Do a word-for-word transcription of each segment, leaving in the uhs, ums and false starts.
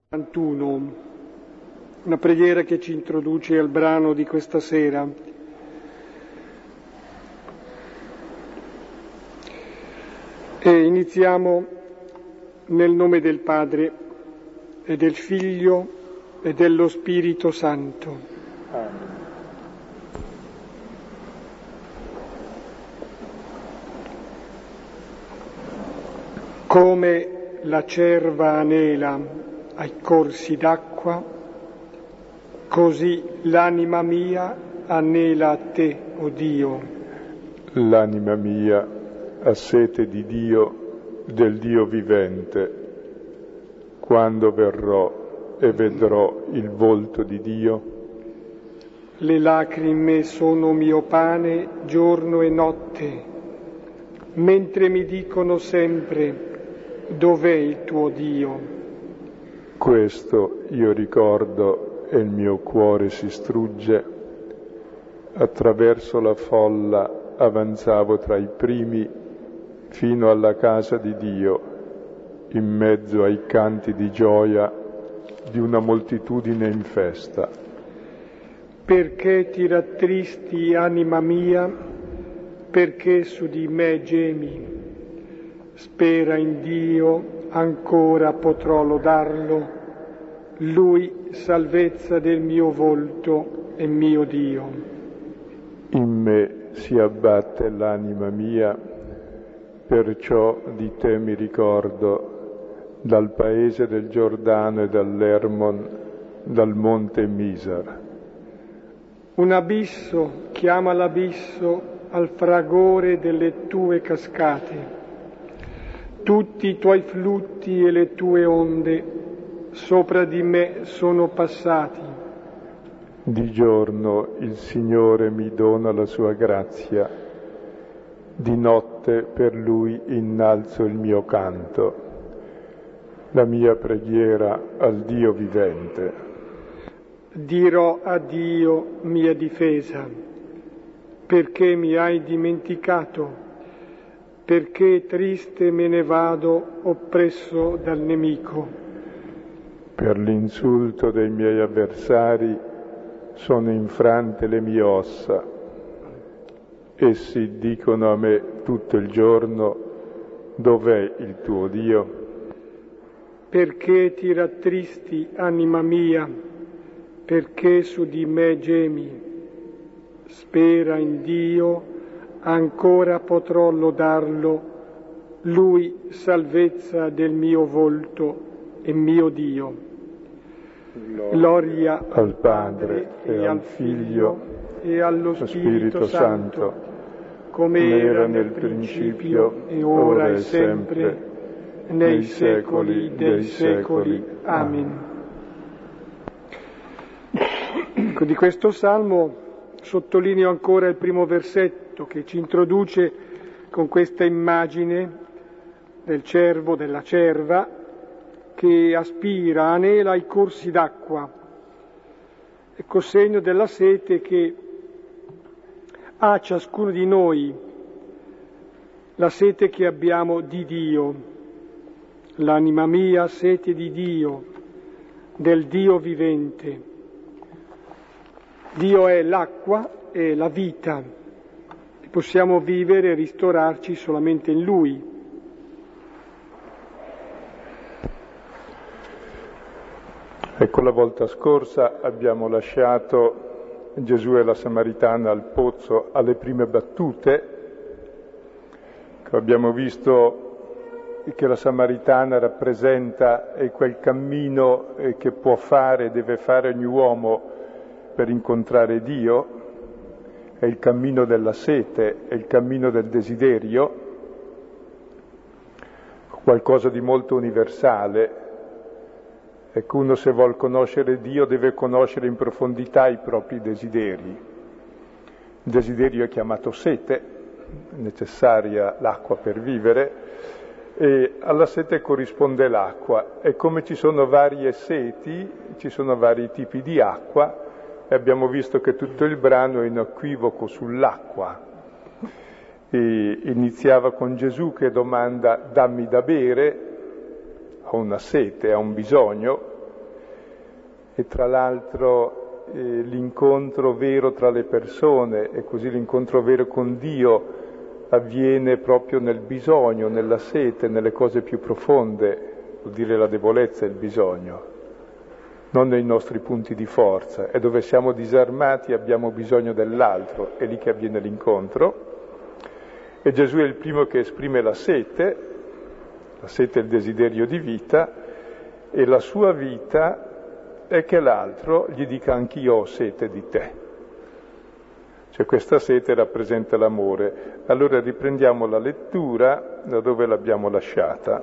quarantuno, una preghiera che ci introduce al brano di questa sera. E iniziamo nel nome del Padre e del Figlio e dello Spirito Santo. Amen. Come la cerva anela ai corsi d'acqua, così l'anima mia anela a te, o Dio. L'anima mia ha sete di Dio, del Dio vivente. Quando verrò e vedrò il volto di Dio? Le lacrime sono mio pane giorno e notte, mentre mi dicono sempre: dov'è il tuo Dio? Questo io ricordo e il mio cuore si strugge. Attraverso la folla avanzavo tra i primi fino alla casa di Dio, in mezzo ai canti di gioia di una moltitudine in festa. Perché ti rattristi, anima mia, perché su di me gemi? Spera in Dio, ancora potrò lodarlo, Lui salvezza del mio volto e mio Dio. In me si abbatte l'anima mia, perciò di te mi ricordo, dal paese del Giordano e dall'Ermon, dal monte Misar. Un abisso chiama l'abisso al fragore delle tue cascate. Tutti i tuoi flutti e le tue onde sopra di me sono passati. Di giorno il Signore mi dona la sua grazia, di notte per Lui innalzo il mio canto, la mia preghiera al Dio vivente. Dirò a Dio mia difesa, perché mi hai dimenticato? Perché triste me ne vado, oppresso dal nemico. Per l'insulto dei miei avversari sono infrante le mie ossa. Essi dicono a me tutto il giorno: dov'è il tuo Dio? Perché ti rattristi, anima mia, perché su di me gemi? Spera in Dio, ancora potrò lodarlo, Lui salvezza del mio volto e mio Dio. Gloria al Padre e al Figlio e allo Spirito Santo, come era nel principio e ora e sempre, nei secoli dei secoli. Amen. Di questo salmo sottolineo ancora il primo versetto che ci introduce con questa immagine del cervo, della cerva, che aspira, anela ai corsi d'acqua. Ecco segno della sete che ha ciascuno di noi, la sete che abbiamo di Dio. L'anima mia ha sete di Dio, del Dio vivente. Dio è l'acqua e la vita, e possiamo vivere e ristorarci solamente in Lui. Ecco, la volta scorsa abbiamo lasciato Gesù e la Samaritana al pozzo alle prime battute. Abbiamo visto che la Samaritana rappresenta quel cammino che può fare, deve fare ogni uomo per incontrare Dio, è il cammino della sete, è il cammino del desiderio, qualcosa di molto universale. Ecco, uno se vuol conoscere Dio deve conoscere in profondità i propri desideri. Il desiderio è chiamato sete, è necessaria l'acqua per vivere, e alla sete corrisponde l'acqua. E come ci sono varie seti, ci sono vari tipi di acqua, e abbiamo visto che tutto il brano è inequivoco sull'acqua. E iniziava con Gesù che domanda: dammi da bere, ha una sete, ha un bisogno, e tra l'altro eh, l'incontro vero tra le persone e così l'incontro vero con Dio avviene proprio nel bisogno, nella sete, nelle cose più profonde, vuol dire la debolezza e il bisogno, non nei nostri punti di forza. E dove siamo disarmati abbiamo bisogno dell'altro, è lì che avviene l'incontro. E Gesù è il primo che esprime la sete, la sete è il desiderio di vita, e la sua vita è che l'altro gli dica anch'io ho sete di te. Cioè questa sete rappresenta l'amore. Allora riprendiamo la lettura da dove l'abbiamo lasciata.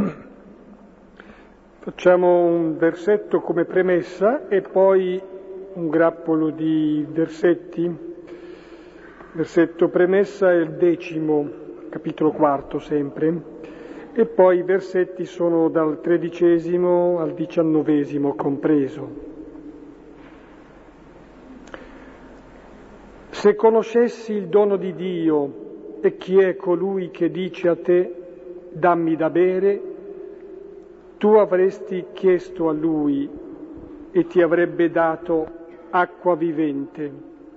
Facciamo un versetto come premessa e poi un grappolo di versetti. Versetto premessa è il decimo, capitolo quarto sempre, e poi i versetti sono dal tredicesimo al diciannovesimo compreso. Se conoscessi il dono di Dio e chi è colui che dice a te dammi da bere, tu avresti chiesto a lui e ti avrebbe dato acqua vivente.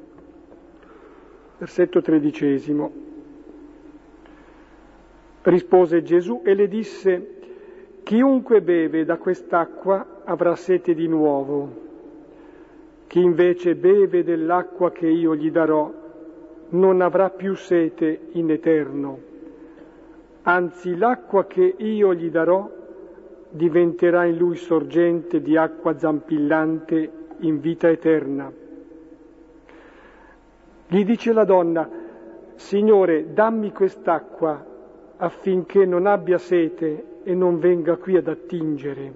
Versetto tredicesimo. Rispose Gesù e le disse: chiunque beve da quest'acqua avrà sete di nuovo. Chi invece beve dell'acqua che io gli darò non avrà più sete in eterno. Anzi, l'acqua che io gli darò diventerà in lui sorgente di acqua zampillante in vita eterna. Gli dice la donna: Signore, dammi quest'acqua affinché non abbia sete e non venga qui ad attingere.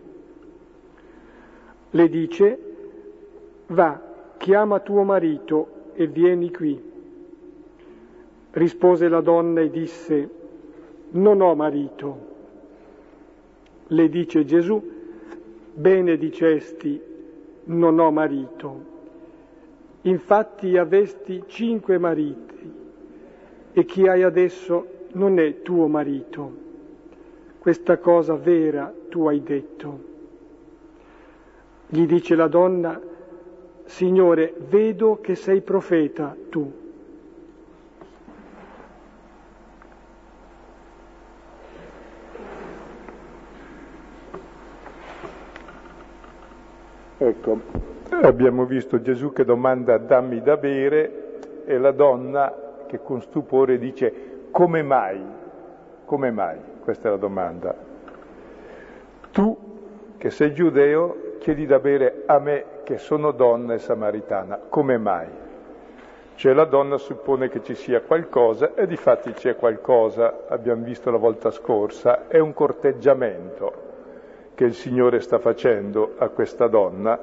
Le dice: va, chiama tuo marito e vieni qui. Rispose la donna e disse: non ho marito. Le dice Gesù: bene dicesti, non ho marito. Infatti avesti cinque mariti e chi hai adesso non è tuo marito. Questa cosa vera tu hai detto. Gli dice la donna: Signore, vedo che sei profeta tu. Ecco, abbiamo visto Gesù che domanda dammi da bere e la donna che con stupore dice come mai? Come mai? Questa è la domanda. Tu che sei giudeo chiedi da bere a me che sono donna e samaritana, come mai? Cioè la donna suppone che ci sia qualcosa e difatti c'è qualcosa, abbiamo visto la volta scorsa, è un corteggiamento che il Signore sta facendo a questa donna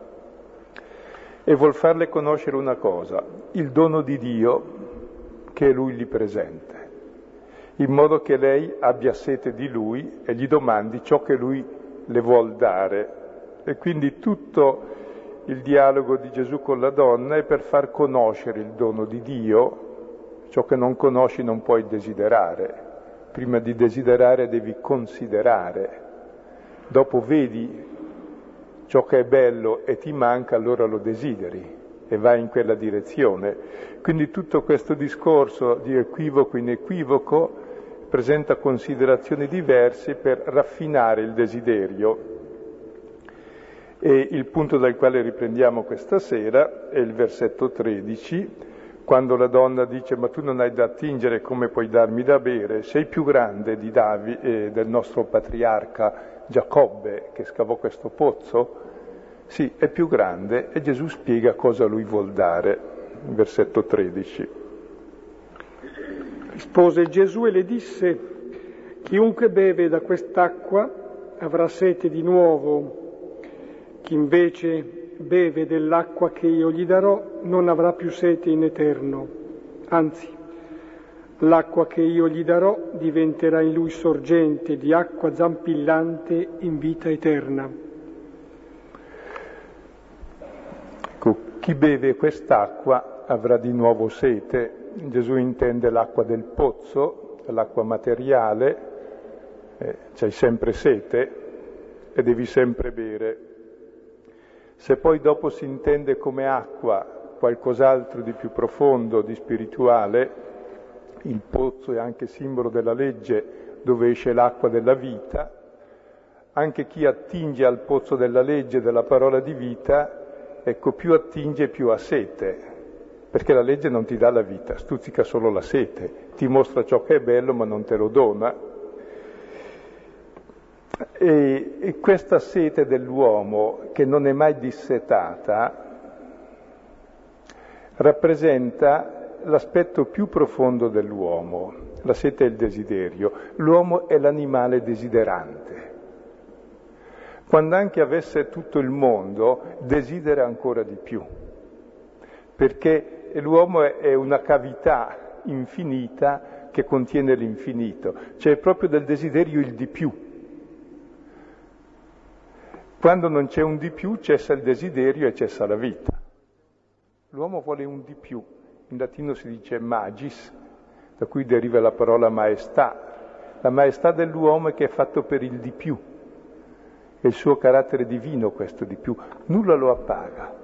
e vuol farle conoscere una cosa, il dono di Dio che Lui gli presenta, in modo che lei abbia sete di Lui e gli domandi ciò che Lui le vuol dare. E quindi tutto il dialogo di Gesù con la donna è per far conoscere il dono di Dio, ciò che non conosci non puoi desiderare, prima di desiderare devi considerare, dopo vedi ciò che è bello e ti manca, allora lo desideri e vai in quella direzione. Quindi tutto questo discorso di equivoco in equivoco presenta considerazioni diverse per raffinare il desiderio. E il punto dal quale riprendiamo questa sera è il versetto tredici, quando la donna dice ma tu non hai da attingere, come puoi darmi da bere? Sei più grande di Davi, eh, del nostro patriarca Giacobbe che scavò questo pozzo? Sì, è più grande e Gesù spiega cosa lui vuol dare, versetto tredici. Rispose Gesù e le disse: chiunque beve da quest'acqua avrà sete di nuovo. Chi invece beve dell'acqua che io gli darò non avrà più sete in eterno. Anzi, l'acqua che io gli darò diventerà in lui sorgente di acqua zampillante in vita eterna. Ecco, chi beve quest'acqua avrà di nuovo sete. Gesù intende l'acqua del pozzo, l'acqua materiale, eh, c'hai sempre sete e devi sempre bere. Se poi dopo si intende come acqua qualcos'altro di più profondo, di spirituale, il pozzo è anche simbolo della legge dove esce l'acqua della vita, anche chi attinge al pozzo della legge, della parola di vita, ecco, più attinge più ha sete, perché la legge non ti dà la vita, stuzzica solo la sete, ti mostra ciò che è bello ma non te lo dona. E, e questa sete dell'uomo, che non è mai dissetata, rappresenta l'aspetto più profondo dell'uomo. La sete è il desiderio, l'uomo è l'animale desiderante. Quando anche avesse tutto il mondo, desidera ancora di più, perché l'uomo è una cavità infinita che contiene l'infinito, cioè è proprio del desiderio il di più. Quando non c'è un di più cessa il desiderio e cessa la vita. L'uomo vuole un di più, in latino si dice magis, da cui deriva la parola maestà. La maestà dell'uomo è che è fatto per il di più. È il suo carattere divino questo di più, nulla lo appaga.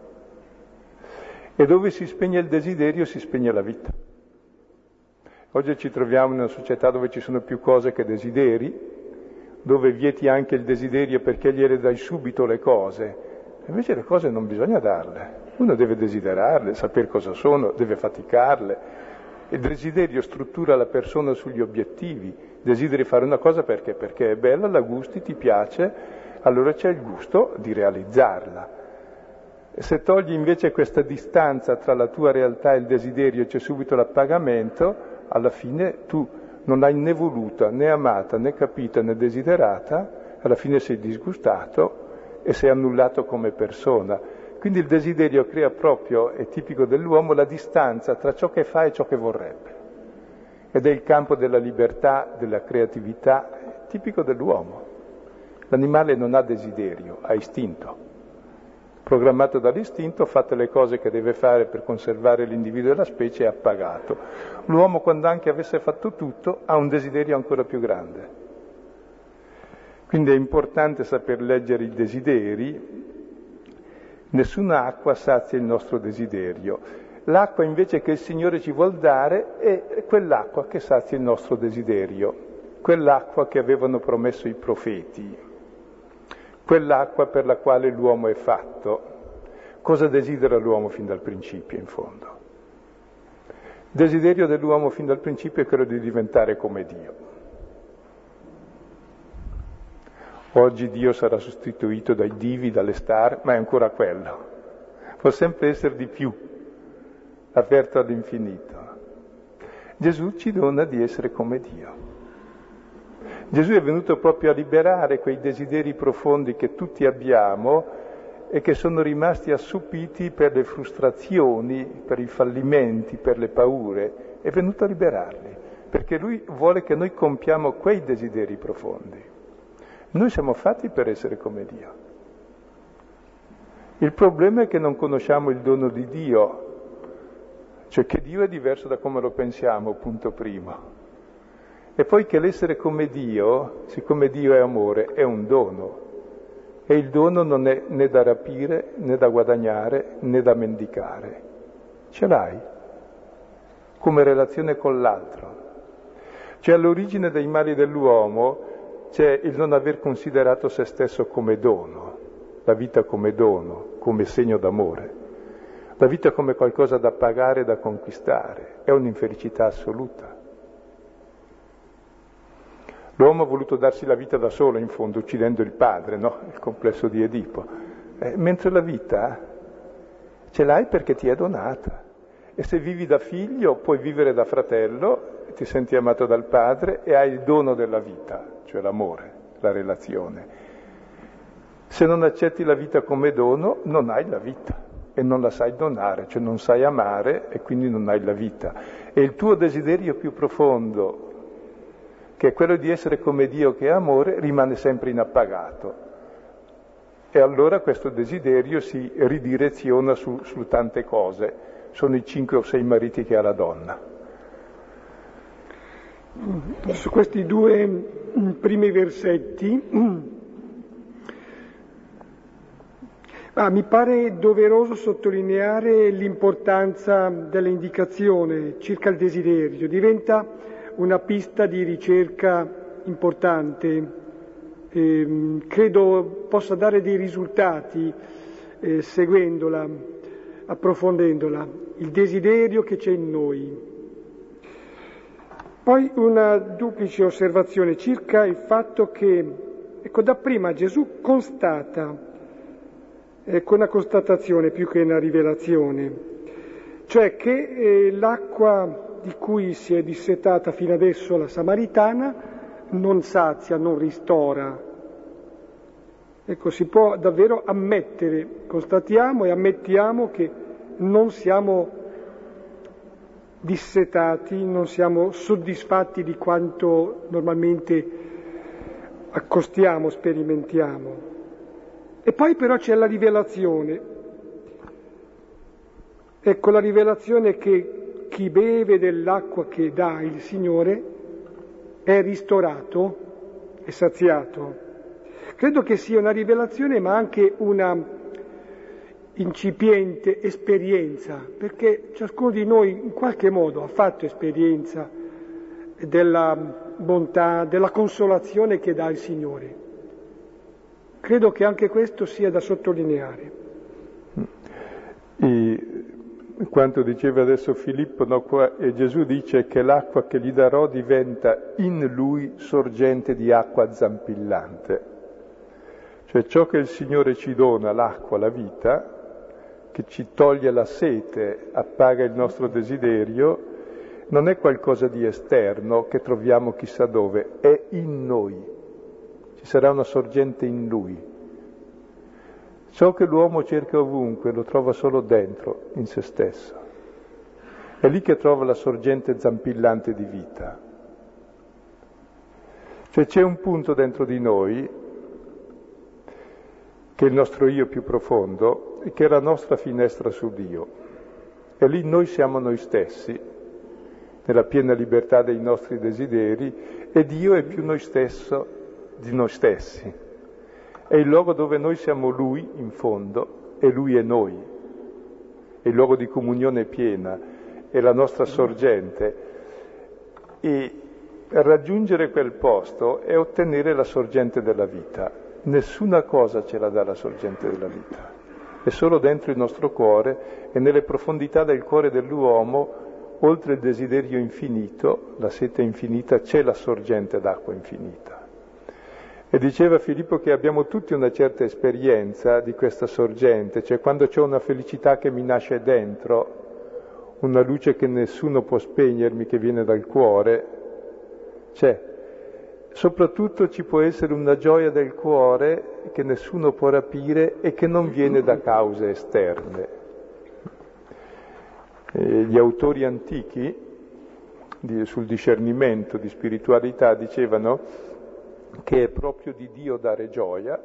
E dove si spegne il desiderio si spegne la vita. Oggi ci troviamo in una società dove ci sono più cose che desideri, dove vieti anche il desiderio perché gliele dai subito le cose. Invece le cose non bisogna darle, uno deve desiderarle, sapere cosa sono, deve faticarle. Il desiderio struttura la persona sugli obiettivi, desideri fare una cosa perché? Perché è bella, la gusti, ti piace, allora c'è il gusto di realizzarla. E se togli invece questa distanza tra la tua realtà e il desiderio e c'è subito l'appagamento, alla fine tu non hai né voluta, né amata, né capita, né desiderata, alla fine sei disgustato e sei annullato come persona. Quindi il desiderio crea proprio, è tipico dell'uomo, la distanza tra ciò che fa e ciò che vorrebbe. Ed è il campo della libertà, della creatività, tipico dell'uomo. L'animale non ha desiderio, ha istinto. Programmato dall'istinto, fatte le cose che deve fare per conservare l'individuo e la specie, è appagato. L'uomo, quando anche avesse fatto tutto, ha un desiderio ancora più grande. Quindi è importante saper leggere i desideri. Nessuna acqua sazia il nostro desiderio. L'acqua invece che il Signore ci vuol dare è quell'acqua che sazia il nostro desiderio, quell'acqua che avevano promesso i profeti, quell'acqua per la quale l'uomo è fatto. Cosa desidera l'uomo fin dal principio, in fondo? Il desiderio dell'uomo fin dal principio è quello di diventare come Dio. Oggi Dio sarà sostituito dai divi, dalle star, ma è ancora quello. Può sempre essere di più, aperto all'infinito. Gesù ci dona di essere come Dio. Gesù è venuto proprio a liberare quei desideri profondi che tutti abbiamo e che sono rimasti assopiti per le frustrazioni, per i fallimenti, per le paure. È venuto a liberarli, perché Lui vuole che noi compiamo quei desideri profondi. Noi siamo fatti per essere come Dio. Il problema è che non conosciamo il dono di Dio, cioè che Dio è diverso da come lo pensiamo, punto primo. E poi che l'essere come Dio, siccome Dio è amore, è un dono. E il dono non è né da rapire, né da guadagnare, né da mendicare. Ce l'hai, come relazione con l'altro. Cioè all'origine dei mali dell'uomo c'è il non aver considerato se stesso come dono, la vita come dono, come segno d'amore, la vita come qualcosa da pagare e da conquistare, è un'infelicità assoluta. L'uomo ha voluto darsi la vita da solo, in fondo, uccidendo il padre, no? Il complesso di Edipo. Eh, mentre la vita ce l'hai perché ti è donata. E se vivi da figlio, puoi vivere da fratello, ti senti amato dal padre e hai il dono della vita, cioè l'amore, la relazione. Se non accetti la vita come dono, non hai la vita e non la sai donare, cioè non sai amare e quindi non hai la vita. E il tuo desiderio più profondo, che è quello di essere come Dio che è amore, rimane sempre inappagato. E allora questo desiderio si ridireziona su, su tante cose. Sono i cinque o sei mariti che ha la donna. Su questi due primi versetti Ah, mi pare doveroso sottolineare l'importanza dell'indicazione circa il desiderio. Diventa una pista di ricerca importante, eh, credo possa dare dei risultati eh, seguendola, approfondendola, il desiderio che c'è in noi. Poi una duplice osservazione circa il fatto che, ecco, dapprima Gesù constata, ecco una constatazione più che una rivelazione, cioè che eh, l'acqua di cui si è dissetata fino adesso la Samaritana non sazia, non ristora. Ecco, si può davvero ammettere, constatiamo e ammettiamo che non siamo dissetati, non siamo soddisfatti di quanto normalmente accostiamo, sperimentiamo. E poi però c'è la rivelazione. Ecco, la rivelazione che chi beve dell'acqua che dà il Signore è ristorato, è saziato. Credo che sia una rivelazione ma anche una incipiente esperienza, perché ciascuno di noi in qualche modo ha fatto esperienza della bontà, della consolazione che dà il Signore. Credo che anche questo sia da sottolineare. E quanto diceva adesso Filippo, no, qua, e Gesù dice che l'acqua che gli darò diventa in lui sorgente di acqua zampillante. Cioè ciò che il Signore ci dona, l'acqua, la vita, che ci toglie la sete, appaga il nostro desiderio, non è qualcosa di esterno che troviamo chissà dove, è in noi. Ci sarà una sorgente in lui. Ciò che l'uomo cerca ovunque lo trova solo dentro, in se stesso. È lì che trova la sorgente zampillante di vita. Cioè c'è un punto dentro di noi, che è il nostro io più profondo, e che è la nostra finestra su Dio. E lì noi siamo noi stessi, nella piena libertà dei nostri desideri, e Dio è più noi stesso di noi stessi. È il luogo dove noi siamo Lui, in fondo, e Lui è noi. È il luogo di comunione piena, è la nostra sorgente. E raggiungere quel posto è ottenere la sorgente della vita. Nessuna cosa ce la dà la sorgente della vita. È solo dentro il nostro cuore e nelle profondità del cuore dell'uomo, oltre il desiderio infinito, la sete infinita, c'è la sorgente d'acqua infinita. E diceva Filippo che abbiamo tutti una certa esperienza di questa sorgente, cioè quando c'è una felicità che mi nasce dentro, una luce che nessuno può spegnermi, che viene dal cuore, c'è. Soprattutto ci può essere una gioia del cuore che nessuno può rapire e che non viene da cause esterne. E gli autori antichi di, sul discernimento di spiritualità dicevano che è proprio di Dio dare gioia,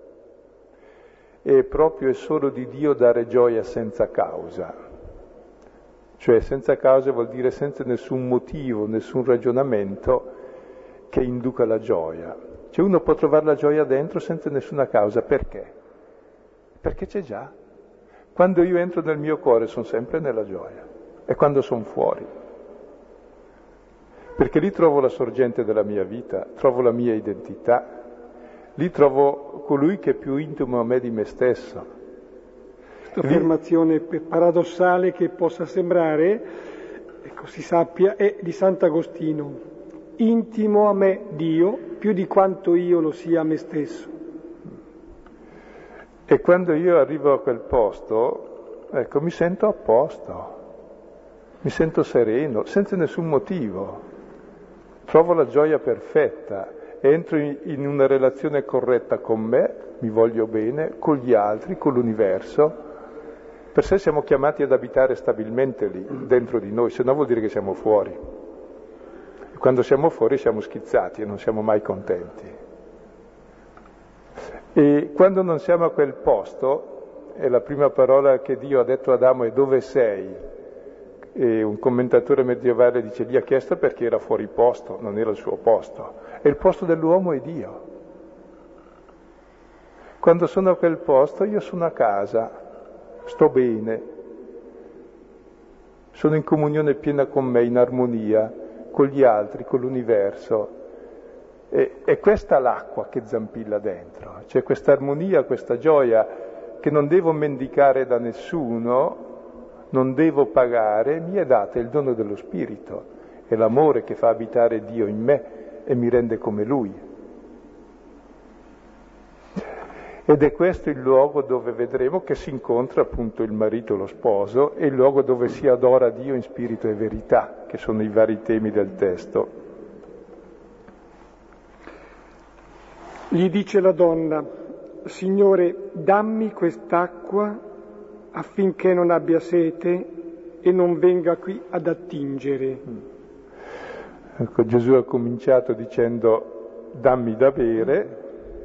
e proprio e solo di Dio dare gioia senza causa. Cioè senza causa vuol dire senza nessun motivo, nessun ragionamento che induca la gioia. Cioè uno può trovare la gioia dentro senza nessuna causa. Perché? Perché c'è già. Quando io entro nel mio cuore sono sempre nella gioia, e quando sono fuori. Perché lì trovo la sorgente della mia vita, trovo la mia identità, lì trovo colui che è più intimo a me di me stesso. Questa lì... affermazione paradossale che possa sembrare, ecco, si sappia, è di Sant'Agostino. Intimo a me Dio più di quanto io lo sia a me stesso. E quando io arrivo a quel posto, ecco, mi sento a posto, mi sento sereno, senza nessun motivo. Trovo la gioia perfetta, entro in una relazione corretta con me, mi voglio bene, con gli altri, con l'universo. Per sé siamo chiamati ad abitare stabilmente lì, dentro di noi, se no vuol dire che siamo fuori. E quando siamo fuori siamo schizzati e non siamo mai contenti. E quando non siamo a quel posto, è la prima parola che Dio ha detto ad Adamo è dove sei? E un commentatore medievale dice gli ha chiesto perché era fuori posto, non era il suo posto. E il posto dell'uomo è Dio. Quando sono a quel posto io sono a casa, sto bene, sono in comunione piena con me, in armonia, con gli altri, con l'universo. E, è questa l'acqua che zampilla dentro, c'è questa armonia, questa gioia che non devo mendicare da nessuno, non devo pagare, mi è data il dono dello Spirito, è l'amore che fa abitare Dio in me e mi rende come Lui. Ed è questo il luogo dove vedremo che si incontra appunto il marito e lo sposo, e il luogo dove si adora Dio in spirito e verità, che sono i vari temi del testo. Gli dice la donna: Signore, dammi quest'acqua affinché non abbia sete e non venga qui ad attingere. Ecco, Gesù ha cominciato dicendo dammi da bere,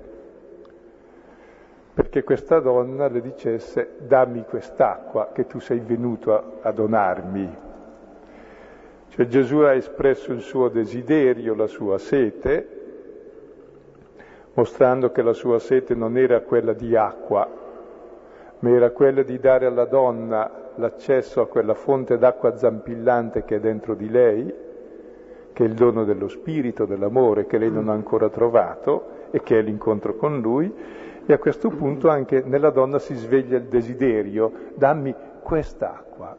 perché questa donna le dicesse dammi quest'acqua che tu sei venuto a, a donarmi. Cioè Gesù ha espresso il suo desiderio, la sua sete, mostrando che la sua sete non era quella di acqua, ma era quella di dare alla donna l'accesso a quella fonte d'acqua zampillante che è dentro di lei, che è il dono dello spirito, dell'amore che lei non ha ancora trovato e che è l'incontro con lui, e a questo punto anche nella donna si sveglia il desiderio, dammi quest'acqua.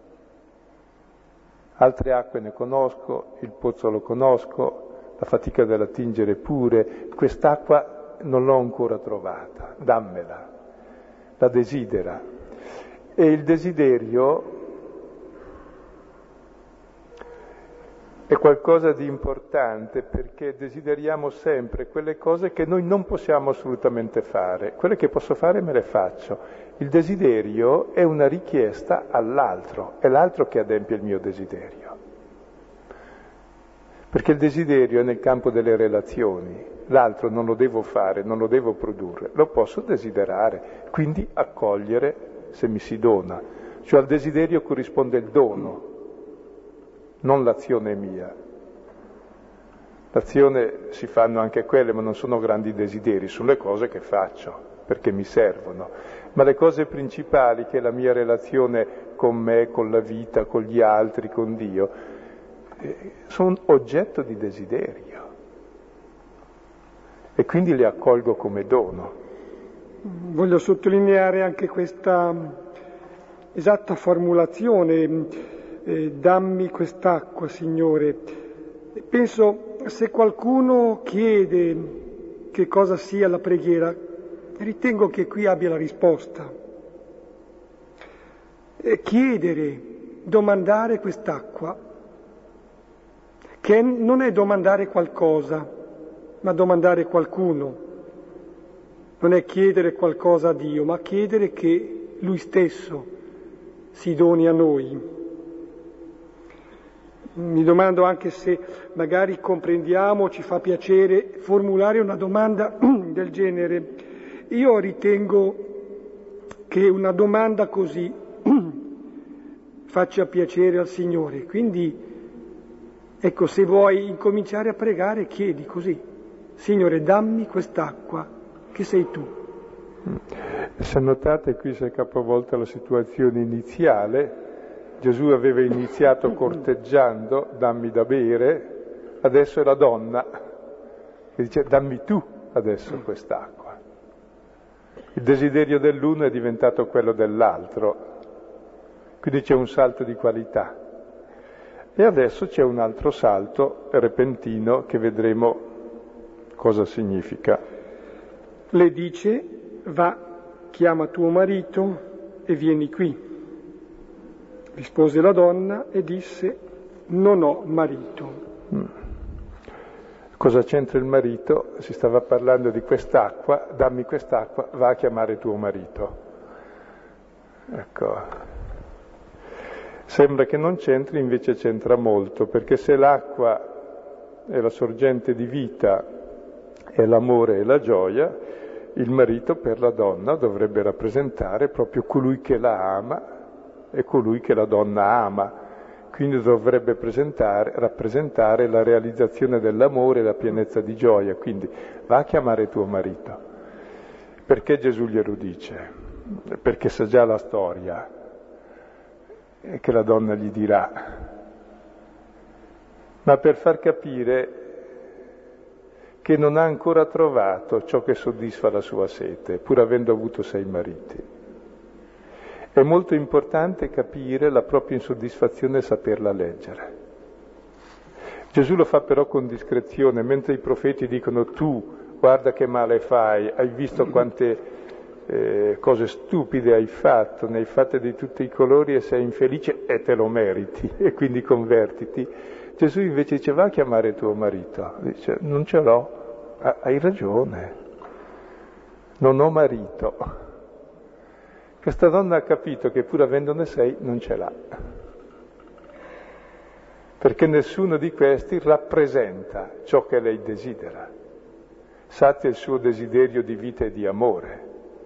Altre acque ne conosco, il pozzo lo conosco, la fatica dell'attingere pure, quest'acqua non l'ho ancora trovata, dammela. La desidera. E il desiderio è qualcosa di importante, perché desideriamo sempre quelle cose che noi non possiamo assolutamente fare. Quelle che posso fare me le faccio. Il desiderio è una richiesta all'altro, è l'altro che adempie il mio desiderio. Perché il desiderio è nel campo delle relazioni, l'altro non lo devo fare, non lo devo produrre, lo posso desiderare, quindi accogliere se mi si dona. Cioè al desiderio corrisponde il dono, non l'azione mia. L'azione si fanno anche quelle, ma non sono grandi desideri, sono le cose che faccio, perché mi servono. Ma le cose principali, che è la mia relazione con me, con la vita, con gli altri, con Dio, sono oggetto di desiderio e quindi le accolgo come dono. Voglio sottolineare anche questa esatta formulazione, eh, dammi quest'acqua, Signore. Penso, se qualcuno chiede che cosa sia la preghiera, ritengo che qui abbia la risposta. E chiedere, domandare quest'acqua, che non è domandare qualcosa, ma domandare qualcuno. Non è chiedere qualcosa a Dio, ma chiedere che Lui stesso si doni a noi. Mi domando anche se magari comprendiamo, ci fa piacere formulare una domanda del genere. Io ritengo che una domanda così faccia piacere al Signore, quindi ecco, se vuoi incominciare a pregare, chiedi così: Signore, dammi quest'acqua, che sei tu. Se notate, qui si è capovolta la situazione iniziale. Gesù aveva iniziato corteggiando, dammi da bere, adesso è la donna che dice dammi tu adesso quest'acqua. Il desiderio dell'uno è diventato quello dell'altro, quindi c'è un salto di qualità. E adesso c'è un altro salto repentino che vedremo cosa significa. Le dice: va, chiama tuo marito e vieni qui. Rispose la donna e disse: non ho marito. Mm. Cosa c'entra il marito? Si stava parlando di quest'acqua, dammi quest'acqua, va a chiamare tuo marito. Ecco. Sembra che non c'entri, invece c'entra molto, perché se l'acqua è la sorgente di vita, è l'amore e la gioia, il marito per la donna dovrebbe rappresentare proprio colui che la ama e colui che la donna ama, quindi dovrebbe rappresentare la realizzazione dell'amore e la pienezza di gioia, quindi va a chiamare tuo marito. Perché Gesù glielo dice? Perché sa già la storia che la donna gli dirà, ma per far capire che non ha ancora trovato ciò che soddisfa la sua sete, pur avendo avuto sei mariti. È molto importante capire la propria insoddisfazione e saperla leggere. Gesù lo fa però con discrezione, mentre i profeti dicono tu, guarda che male fai, hai visto quante eh, cose stupide hai fatto, ne hai fatte di tutti i colori e sei infelice e te lo meriti, e quindi convertiti. Gesù invece dice va a chiamare tuo marito, dice non ce l'ho, ah, hai ragione, non ho marito. Questa donna ha capito che pur avendone sei non ce l'ha, perché nessuno di questi rappresenta ciò che lei desidera, sazia il suo desiderio di vita e di amore.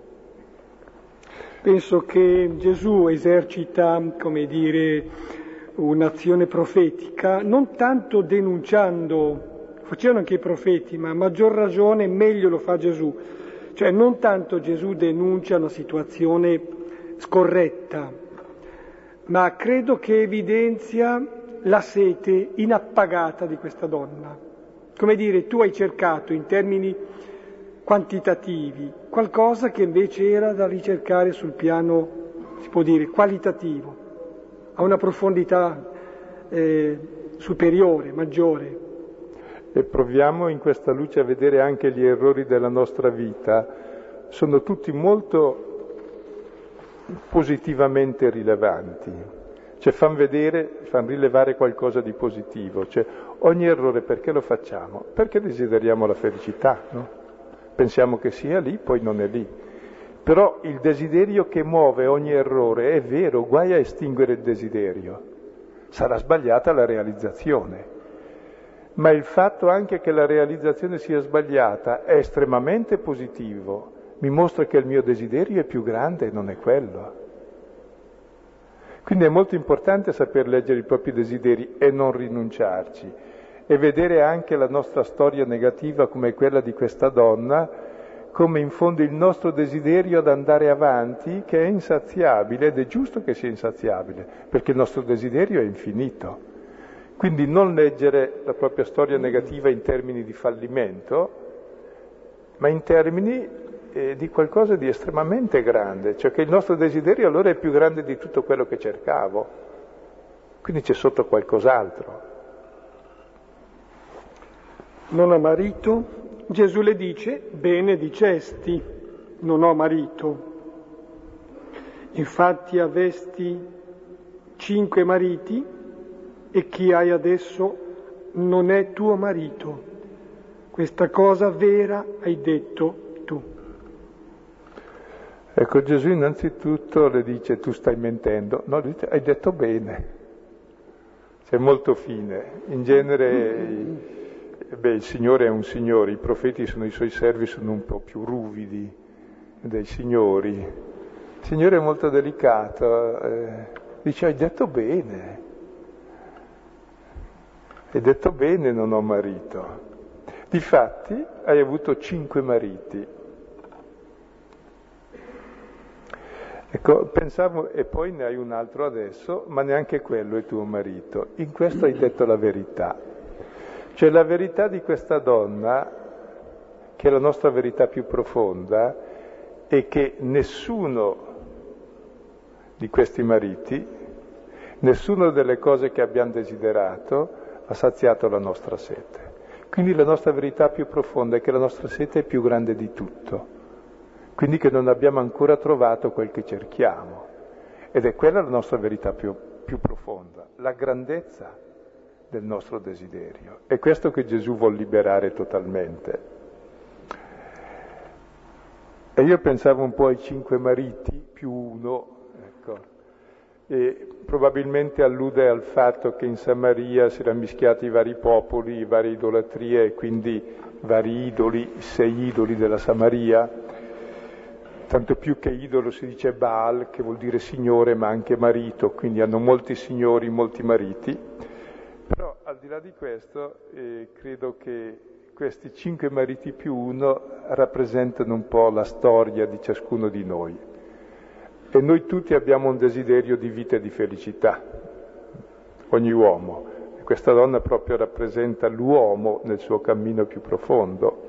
Penso che Gesù esercita, come dire, un'azione profetica, non tanto denunciando, facevano anche i profeti, ma a maggior ragione meglio lo fa Gesù, cioè non tanto Gesù denuncia una situazione scorretta, ma credo che evidenzia la sete inappagata di questa donna. Come dire, tu hai cercato in termini quantitativi qualcosa che invece era da ricercare sul piano, si può dire, qualitativo, a una profondità eh, superiore, maggiore. E proviamo in questa luce a vedere anche gli errori della nostra vita. Sono tutti molto positivamente rilevanti, cioè fanno vedere, fanno rilevare qualcosa di positivo. Cioè ogni errore perché lo facciamo? Perché desideriamo la felicità, no? Pensiamo che sia lì, poi non è lì. Però il desiderio che muove ogni errore è vero, guai a estinguere il desiderio. Sarà sbagliata la realizzazione. Ma il fatto anche che la realizzazione sia sbagliata è estremamente positivo. Mi mostra che il mio desiderio è più grande e non è quello. Quindi è molto importante saper leggere i propri desideri e non rinunciarci. E vedere anche la nostra storia negativa come quella di questa donna, come in fondo il nostro desiderio ad andare avanti, che è insaziabile, ed è giusto che sia insaziabile, perché il nostro desiderio è infinito. Quindi non leggere la propria storia negativa in termini di fallimento, ma in termini eh, di qualcosa di estremamente grande, cioè che il nostro desiderio allora è più grande di tutto quello che cercavo, quindi c'è sotto qualcos'altro. Non ha marito, Gesù le dice, bene dicesti, non ho marito. Infatti avesti cinque mariti e chi hai adesso non è tuo marito. Questa cosa vera hai detto tu. Ecco, Gesù innanzitutto le dice tu stai mentendo, no, dice, hai detto bene, c'è molto fine. In genere beh, il Signore è un Signore, i profeti sono i suoi servi, sono un po' più ruvidi dei signori. Il Signore è molto delicato, eh, dice hai detto bene, hai detto bene non ho marito. Difatti hai avuto cinque mariti. Ecco, pensavo, e poi ne hai un altro adesso, ma neanche quello è tuo marito. In questo hai detto la verità. Cioè la verità di questa donna, che è la nostra verità più profonda, è che nessuno di questi mariti, nessuna delle cose che abbiamo desiderato ha saziato la nostra sete. Quindi la nostra verità più profonda è che la nostra sete è più grande di tutto, quindi che non abbiamo ancora trovato quel che cerchiamo. Ed è quella la nostra verità più, più profonda, la grandezza del nostro desiderio. È questo che Gesù vuol liberare totalmente. E io pensavo un po' ai cinque mariti più uno, ecco, e probabilmente allude al fatto che in Samaria si erano mischiati i vari popoli, varie idolatrie, e quindi vari idoli, i sei idoli della Samaria, tanto più che idolo si dice Baal, che vuol dire signore ma anche marito, quindi hanno molti signori, molti mariti. Però al di là di questo eh, credo che questi cinque mariti più uno rappresentano un po' la storia di ciascuno di noi. E noi tutti abbiamo un desiderio di vita e di felicità, ogni uomo. E questa donna proprio rappresenta l'uomo nel suo cammino più profondo.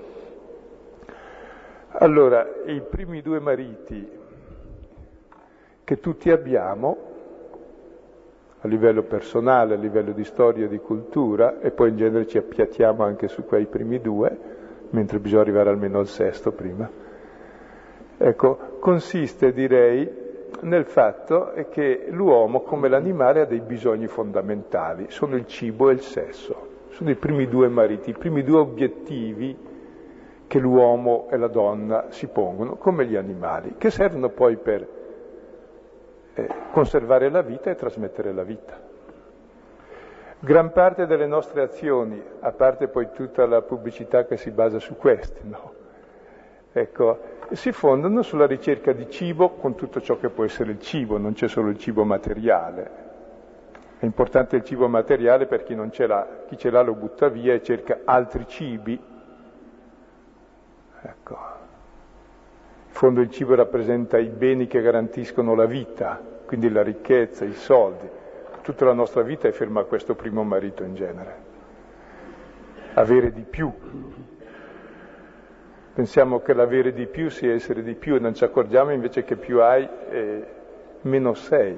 Allora, i primi due mariti che tutti abbiamo, a livello personale, a livello di storia e di cultura, e poi in genere ci appiattiamo anche su quei primi due, mentre bisogna arrivare almeno al sesto prima. Ecco, consiste, direi, nel fatto che l'uomo, come l'animale, ha dei bisogni fondamentali, sono il cibo e il sesso, sono i primi due mariti, i primi due obiettivi che l'uomo e la donna si pongono, come gli animali, che servono poi per eh, conservare la vita e trasmettere la vita. Gran parte delle nostre azioni, a parte poi tutta la pubblicità che si basa su queste, no? Ecco, si fondano sulla ricerca di cibo con tutto ciò che può essere il cibo, non c'è solo il cibo materiale. È importante il cibo materiale per chi non ce l'ha, chi ce l'ha lo butta via e cerca altri cibi. Ecco. In fondo il cibo rappresenta i beni che garantiscono la vita, quindi la ricchezza, i soldi. Tutta la nostra vita è ferma a questo primo marito in genere. Avere di più. Pensiamo che l'avere di più sia essere di più e non ci accorgiamo invece che più hai eh, meno sei.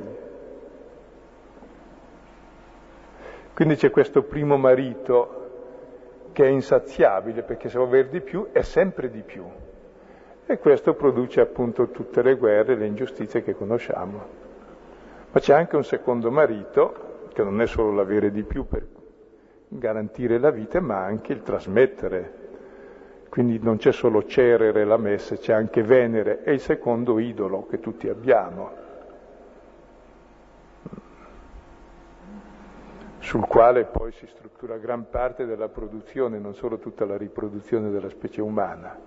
Quindi c'è questo primo marito che è insaziabile, perché se vuoi avere di più è sempre di più. E questo produce appunto tutte le guerre e le ingiustizie che conosciamo. Ma c'è anche un secondo marito, che non è solo l'avere di più per garantire la vita, ma anche il trasmettere. Quindi non c'è solo Cerere, la messe, c'è anche Venere, è il secondo idolo che tutti abbiamo, sul quale poi si struttura gran parte della produzione, non solo tutta la riproduzione della specie umana,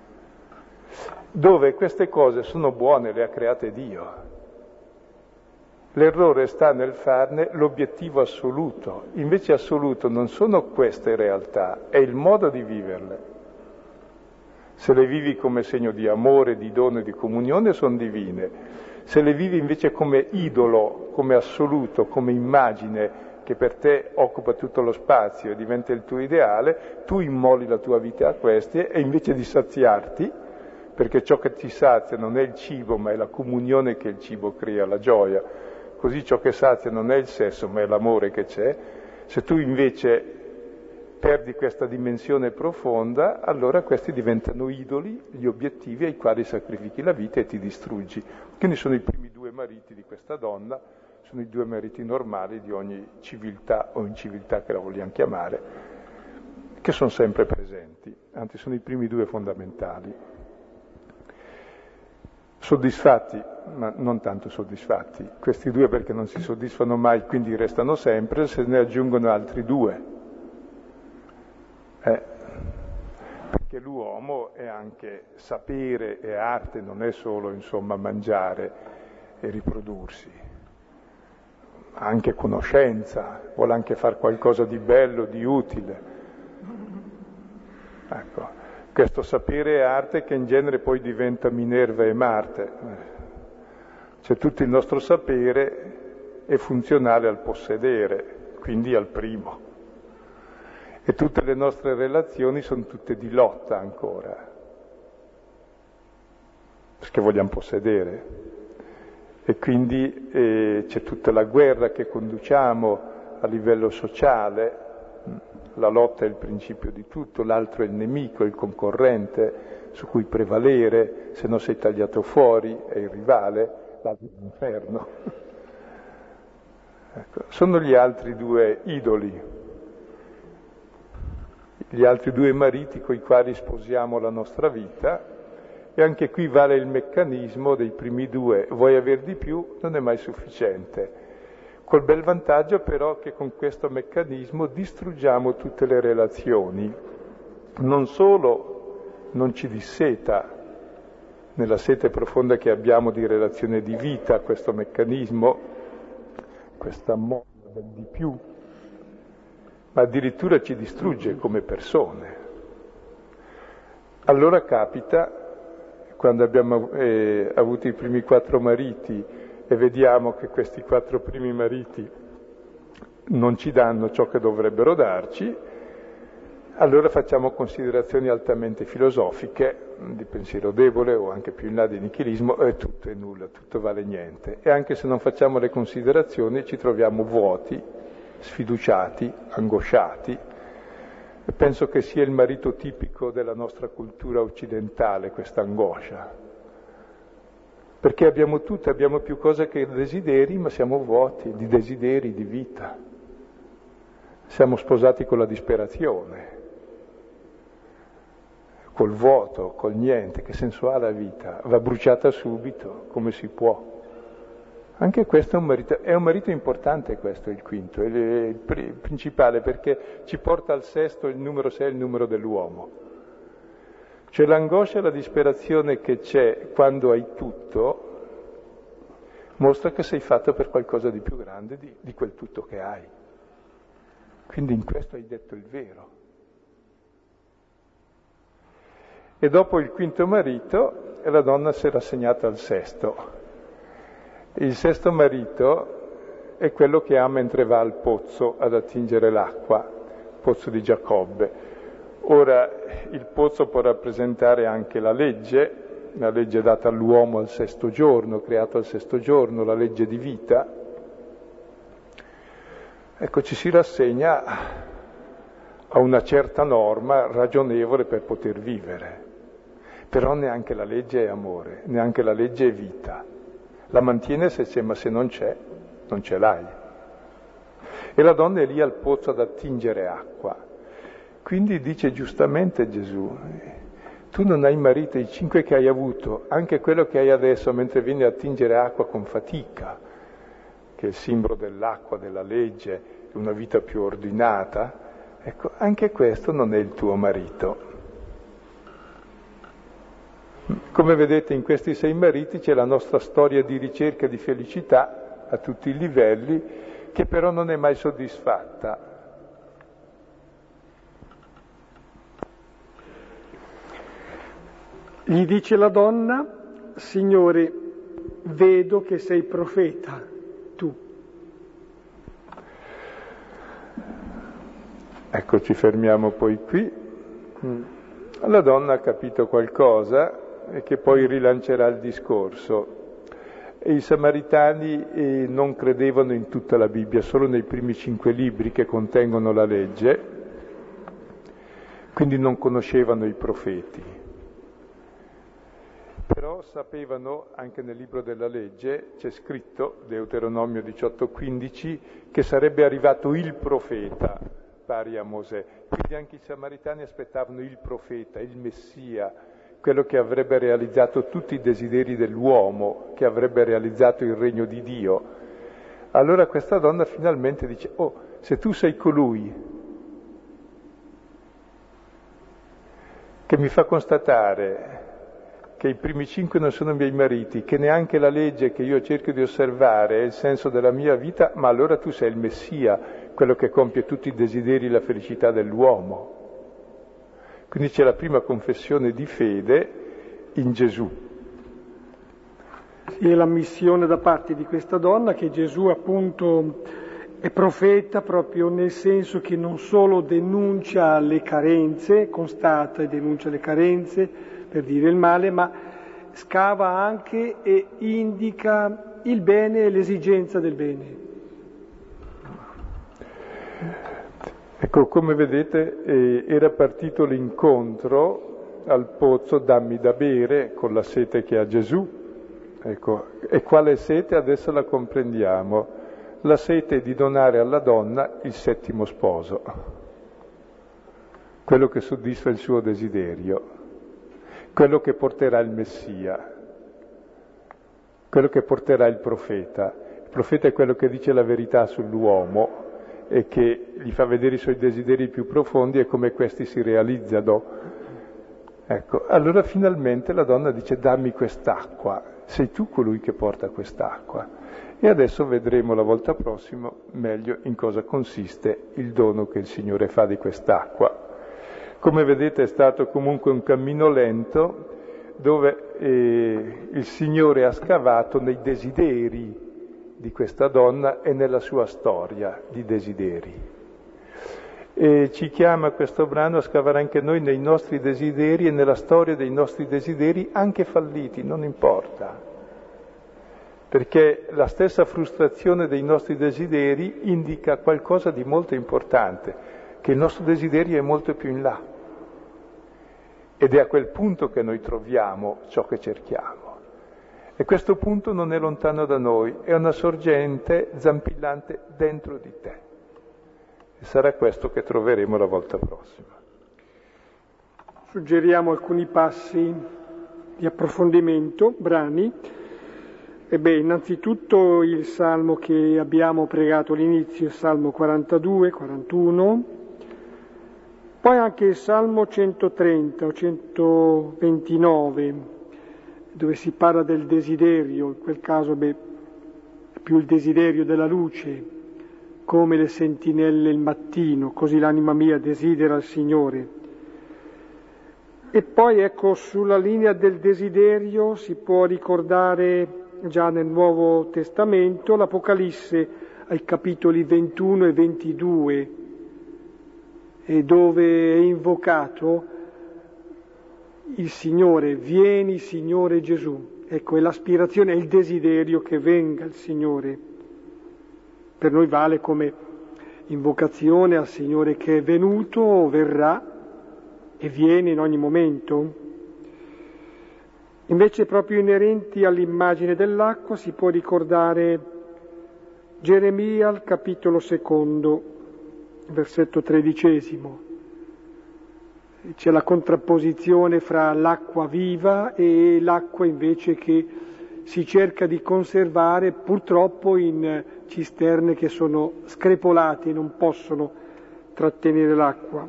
dove queste cose sono buone, le ha create Dio. L'errore sta nel farne l'obiettivo assoluto, invece assoluto non sono queste realtà, è il modo di viverle. Se le vivi come segno di amore, di dono e di comunione, sono divine. Se le vivi invece come idolo, come assoluto, come immagine che per te occupa tutto lo spazio e diventa il tuo ideale, tu immoli la tua vita a queste e invece di saziarti, perché ciò che ti sazia non è il cibo, ma è la comunione che il cibo crea, la gioia. Così ciò che sazia non è il sesso, ma è l'amore che c'è. Se tu invece perdi questa dimensione profonda, allora questi diventano idoli, gli obiettivi ai quali sacrifichi la vita e ti distruggi. Quindi sono i primi due mariti di questa donna, sono i due mariti normali di ogni civiltà o inciviltà che la vogliamo chiamare, che sono sempre presenti, anzi sono i primi due fondamentali. Soddisfatti, ma non tanto soddisfatti, questi due perché non si soddisfano mai, quindi restano sempre, se ne aggiungono altri due. Eh, perché l'uomo è anche sapere e arte, non è solo insomma mangiare e riprodursi, ha anche conoscenza, vuole anche fare qualcosa di bello, di utile. Ecco, questo sapere e arte che in genere poi diventa Minerva e Marte, cioè tutto il nostro sapere è funzionale al possedere, quindi al primo. E tutte le nostre relazioni sono tutte di lotta ancora, perché vogliamo possedere. E quindi eh, c'è tutta la guerra che conduciamo a livello sociale, la lotta è il principio di tutto, l'altro è il nemico, il concorrente su cui prevalere, se no sei tagliato fuori, è il rivale, l'altro è l'inferno. Ecco, sono gli altri due idoli. Gli altri due mariti con i quali sposiamo la nostra vita, e anche qui vale il meccanismo dei primi due, vuoi aver di più, non è mai sufficiente, col bel vantaggio però che con questo meccanismo distruggiamo tutte le relazioni, non solo non ci disseta nella sete profonda che abbiamo di relazione di vita questo meccanismo, questa moda del di più, ma addirittura ci distrugge come persone. Allora capita, quando abbiamo eh, avuto i primi quattro mariti e vediamo che questi quattro primi mariti non ci danno ciò che dovrebbero darci, allora facciamo considerazioni altamente filosofiche, di pensiero debole o anche più in là di nichilismo, e tutto è nulla, tutto vale niente. E anche se non facciamo le considerazioni ci troviamo vuoti, sfiduciati, angosciati. E penso che sia il marito tipico della nostra cultura occidentale questa angoscia. Perché abbiamo tutto, abbiamo più cose che desideri, ma siamo vuoti di desideri, di vita. Siamo sposati con la disperazione, col vuoto, col niente. Che senso ha la vita? Va bruciata subito, come si può. Anche questo è un marito, è un marito importante, questo, il quinto, è il principale, perché ci porta al sesto, il numero sei è il numero dell'uomo. Cioè l'angoscia e la disperazione che c'è quando hai tutto mostra che sei fatto per qualcosa di più grande di, di quel tutto che hai. Quindi in questo hai detto il vero. E dopo il quinto marito, la donna si era assegnata al sesto. Il sesto marito è quello che ha mentre va al pozzo ad attingere l'acqua, pozzo di Giacobbe. Ora, il pozzo può rappresentare anche la legge, la legge data all'uomo al sesto giorno, creato al sesto giorno, la legge di vita. Ecco, ci si rassegna a una certa norma ragionevole per poter vivere. Però neanche la legge è amore, neanche la legge è vita. La mantiene se c'è, ma se non c'è, non ce l'hai. E la donna è lì al pozzo ad attingere acqua. Quindi dice giustamente Gesù, tu non hai marito, i cinque che hai avuto, anche quello che hai adesso mentre vieni a attingere acqua con fatica, che è il simbolo dell'acqua, della legge, di una vita più ordinata, ecco, anche questo non è il tuo marito. Come vedete in questi sei mariti c'è la nostra storia di ricerca di felicità a tutti i livelli, che però non è mai soddisfatta. Gli dice la donna, Signore, vedo che sei profeta, tu. Ecco, ci fermiamo poi qui. La donna ha capito qualcosa e che poi rilancerà il discorso. E i samaritani eh, non credevano in tutta la Bibbia, solo nei primi cinque libri che contengono la legge, quindi non conoscevano i profeti. Però sapevano, anche nel libro della legge, c'è scritto, Deuteronomio diciotto quindici, che sarebbe arrivato il profeta, pari a Mosè. Quindi anche i samaritani aspettavano il profeta, il Messia, quello che avrebbe realizzato tutti i desideri dell'uomo, che avrebbe realizzato il regno di Dio. Allora questa donna finalmente dice, oh, se tu sei colui che mi fa constatare che i primi cinque non sono miei mariti, che neanche la legge che io cerco di osservare è il senso della mia vita, ma allora tu sei il Messia, quello che compie tutti i desideri e la felicità dell'uomo. Quindi c'è la prima confessione di fede in Gesù. E la missione da parte di questa donna che Gesù appunto è profeta proprio nel senso che non solo denuncia le carenze, constata e denuncia le carenze per dire il male, ma scava anche e indica il bene e l'esigenza del bene. Ecco, come vedete eh, era partito l'incontro al pozzo dammi da bere con la sete che ha Gesù. Ecco, e quale sete adesso la comprendiamo? La sete di donare alla donna il settimo sposo, quello che soddisfa il suo desiderio, quello che porterà il Messia, quello che porterà il profeta. Il profeta è quello che dice la verità sull'uomo e che gli fa vedere i suoi desideri più profondi e come questi si realizzano. Ecco, allora finalmente la donna dice dammi quest'acqua, sei tu colui che porta quest'acqua. E adesso vedremo la volta prossima meglio in cosa consiste il dono che il Signore fa di quest'acqua. Come vedete è stato comunque un cammino lento dove eh, il Signore ha scavato nei desideri di questa donna e nella sua storia di desideri. E ci chiama questo brano a scavare anche noi nei nostri desideri e nella storia dei nostri desideri, anche falliti, non importa. Perché la stessa frustrazione dei nostri desideri indica qualcosa di molto importante, che il nostro desiderio è molto più in là. Ed è a quel punto che noi troviamo ciò che cerchiamo. E questo punto non è lontano da noi, è una sorgente zampillante dentro di te. E sarà questo che troveremo la volta prossima. Suggeriamo alcuni passi di approfondimento, brani. E beh, innanzitutto il salmo che abbiamo pregato all'inizio, il salmo quarantadue, quarantuno, poi anche il salmo centotrenta o centoventinove, dove si parla del desiderio, in quel caso beh, più il desiderio della luce, come le sentinelle il mattino, così l'anima mia desidera il Signore. E poi ecco, sulla linea del desiderio si può ricordare già nel Nuovo Testamento l'Apocalisse ai capitoli ventuno e ventidue, e dove è invocato il Signore, vieni Signore Gesù. Ecco, è l'aspirazione, è il desiderio che venga il Signore. Per noi vale come invocazione al Signore che è venuto o verrà e viene in ogni momento. Invece proprio inerenti all'immagine dell'acqua si può ricordare Geremia al capitolo secondo, versetto tredicesimo. C'è la contrapposizione fra l'acqua viva e l'acqua invece che si cerca di conservare purtroppo in cisterne che sono screpolate e non possono trattenere l'acqua.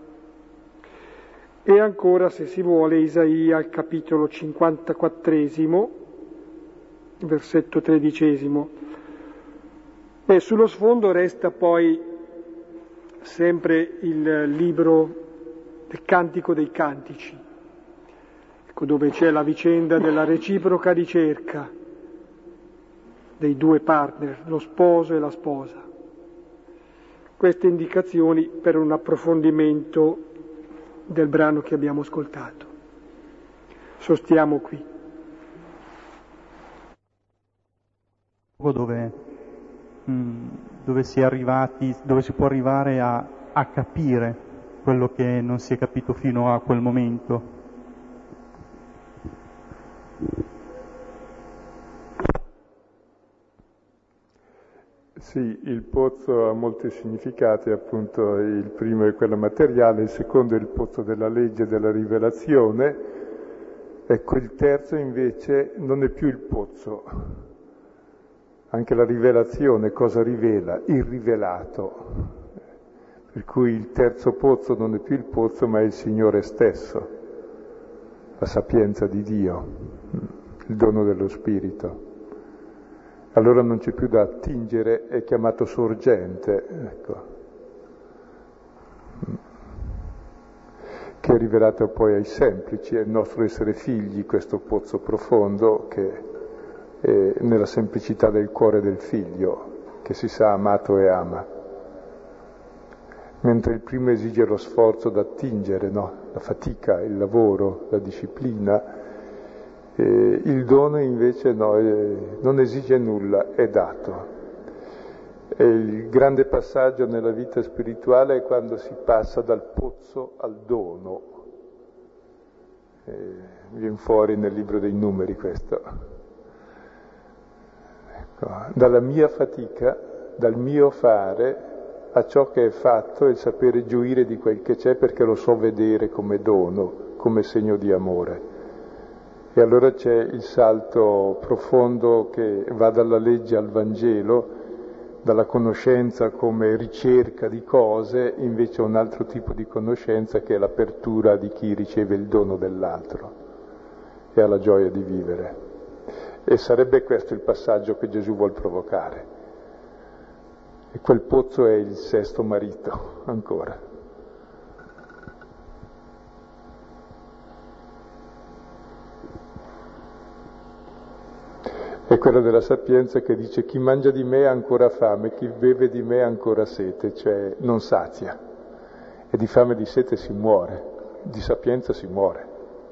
E ancora, se si vuole, Isaia al capitolo cinquantaquattresimo, versetto tredicesimo. E sullo sfondo resta poi sempre il libro del Cantico dei Cantici, ecco, dove c'è la vicenda della reciproca ricerca dei due partner, lo sposo e la sposa. Queste indicazioni per un approfondimento del brano che abbiamo ascoltato. Sostiamo qui. Dove, dove si è arrivati, dove si può arrivare a, a capire quello che non si è capito fino a quel momento. Sì, il pozzo ha molti significati, appunto il primo è quello materiale, il secondo è il pozzo della legge e della rivelazione, ecco il terzo invece non è più il pozzo, anche la rivelazione cosa rivela? Il rivelato. Per cui il terzo pozzo non è più il pozzo, ma è il Signore stesso, la sapienza di Dio, il dono dello Spirito. Allora non c'è più da attingere, è chiamato sorgente, ecco, che è rivelato poi ai semplici, è il nostro essere figli, questo pozzo profondo che è nella semplicità del cuore del figlio, che si sa amato e ama. Mentre il primo esige lo sforzo da attingere, no? La fatica, il lavoro, la disciplina, eh, il dono invece no, eh, non esige nulla, è dato. E il grande passaggio nella vita spirituale è quando si passa dal pozzo al dono. Eh, viene fuori nel libro dei numeri questo. Ecco, dalla mia fatica, dal mio fare, a ciò che è fatto e il sapere gioire di quel che c'è perché lo so vedere come dono, come segno di amore. E allora c'è il salto profondo che va dalla legge al Vangelo, dalla conoscenza come ricerca di cose, invece a un altro tipo di conoscenza che è l'apertura di chi riceve il dono dell'altro e ha la gioia di vivere. E sarebbe questo il passaggio che Gesù vuol provocare. E quel pozzo è il sesto marito, ancora. È quello della Sapienza che dice: chi mangia di me ha ancora fame, chi beve di me ha ancora sete, cioè non sazia. E di fame e di sete si muore, di sapienza si muore.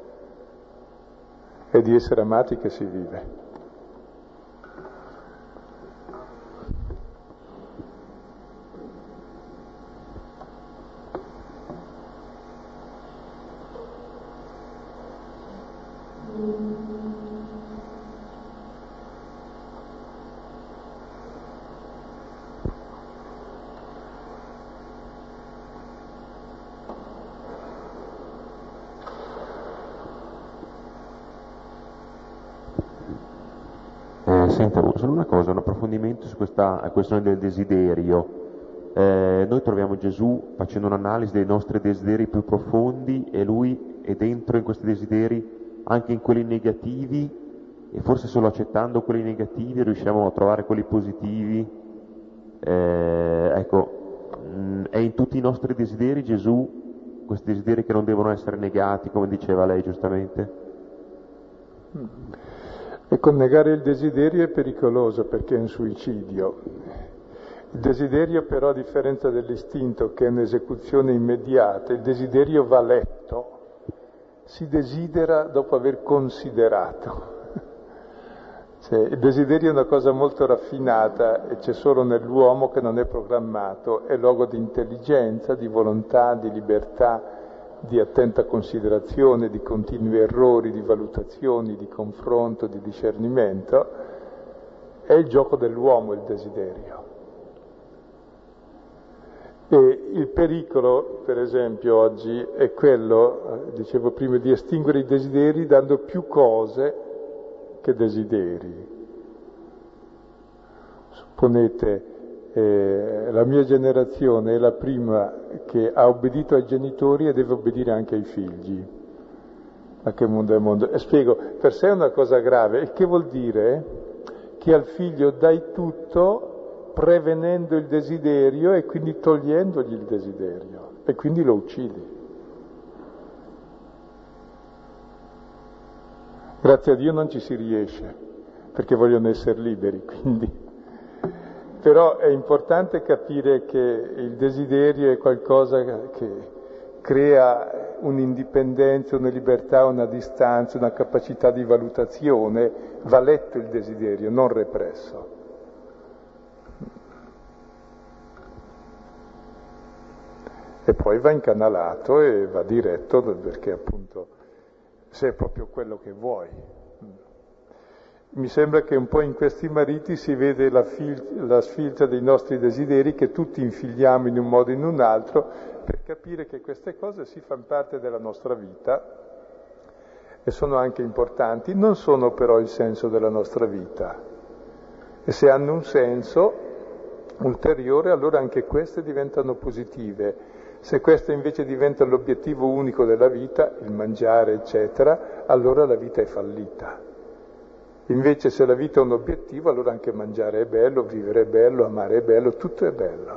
È di essere amati che si vive. Senta, solo una cosa, un approfondimento su questa questione del desiderio. Eh, noi troviamo Gesù facendo un'analisi dei nostri desideri più profondi e lui è dentro in questi desideri, anche in quelli negativi, e forse solo accettando quelli negativi riusciamo a trovare quelli positivi. Eh, ecco, mh, è in tutti i nostri desideri Gesù, questi desideri che non devono essere negati, come diceva lei giustamente? Mm. Ecco, negare il desiderio è pericoloso perché è un suicidio. Il desiderio però, a differenza dell'istinto che è un'esecuzione immediata, il desiderio va letto, si desidera dopo aver considerato. Cioè, il desiderio è una cosa molto raffinata e c'è solo nell'uomo che non è programmato, è luogo di intelligenza, di volontà, di libertà, di attenta considerazione, di continui errori, di valutazioni, di confronto, di discernimento. È il gioco dell'uomo il desiderio. E il pericolo, per esempio, oggi è quello, dicevo prima, di estinguere i desideri dando più cose che desideri. Supponete, eh, la mia generazione è la prima che ha obbedito ai genitori e deve obbedire anche ai figli. Ma che mondo è mondo? E spiego, per sé è una cosa grave. E che vuol dire? Che al figlio dai tutto prevenendo il desiderio e quindi togliendogli il desiderio. E quindi lo uccidi. Grazie a Dio non ci si riesce, perché vogliono essere liberi, quindi... Però è importante capire che il desiderio è qualcosa che crea un'indipendenza, una libertà, una distanza, una capacità di valutazione. Va letto il desiderio, non represso. E poi va incanalato e va diretto, perché appunto se è proprio quello che vuoi. Mi sembra che un po' in questi mariti si vede la, fil- la sfilza dei nostri desideri che tutti infiliamo in un modo o in un altro per capire che queste cose si fanno parte della nostra vita e sono anche importanti, non sono però il senso della nostra vita. E se hanno un senso ulteriore, allora anche queste diventano positive. Se queste invece diventano l'obiettivo unico della vita, il mangiare, eccetera, allora la vita è fallita. Invece se la vita è un obiettivo, allora anche mangiare è bello, vivere è bello, amare è bello, tutto è bello.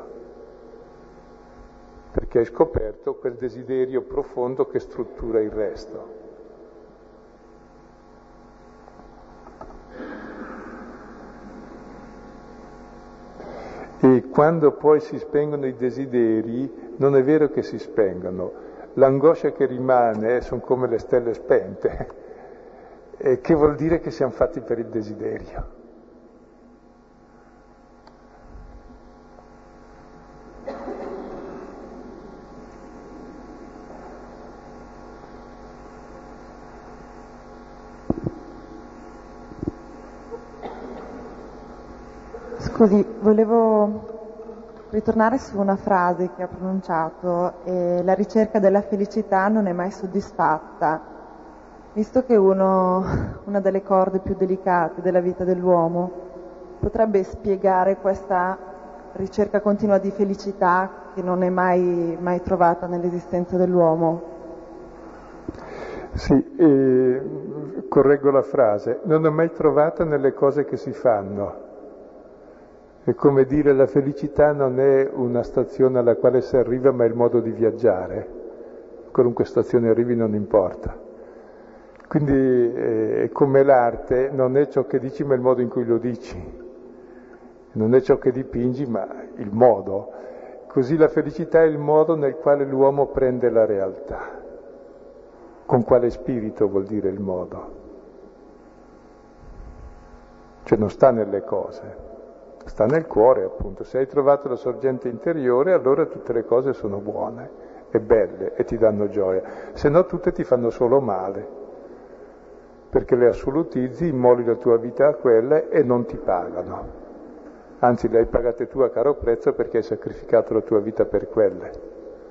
Perché hai scoperto quel desiderio profondo che struttura il resto. E quando poi si spengono i desideri, non è vero che si spengono. L'angoscia che rimane sono come le stelle spente. E che vuol dire che siamo fatti per il desiderio. Scusi, volevo ritornare su una frase che ha pronunciato, eh, la ricerca della felicità non è mai soddisfatta. Visto che uno, una delle corde più delicate della vita dell'uomo, potrebbe spiegare questa ricerca continua di felicità che non è mai, mai trovata nell'esistenza dell'uomo? Sì, eh, correggo la frase, non è mai trovata nelle cose che si fanno. È come dire la felicità non è una stazione alla quale si arriva, ma è il modo di viaggiare. Qualunque stazione arrivi non importa. Quindi eh, come l'arte non è ciò che dici ma il modo in cui lo dici, non è ciò che dipingi ma il modo. Così la felicità è il modo nel quale l'uomo prende la realtà. Con quale spirito vuol dire il modo? Cioè non sta nelle cose, sta nel cuore appunto. Se hai trovato la sorgente interiore, allora tutte le cose sono buone e belle e ti danno gioia, se no tutte ti fanno solo male, perché le assolutizzi, immoli la tua vita a quelle e non ti pagano, anzi le hai pagate tu a caro prezzo perché hai sacrificato la tua vita per quelle.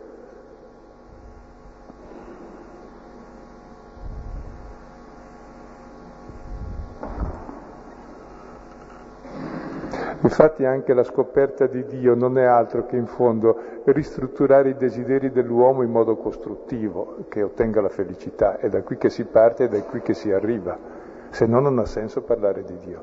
Infatti anche la scoperta di Dio non è altro che in fondo ristrutturare i desideri dell'uomo in modo costruttivo, che ottenga la felicità. È da qui che si parte, è da qui che si arriva, se no non ha senso parlare di Dio.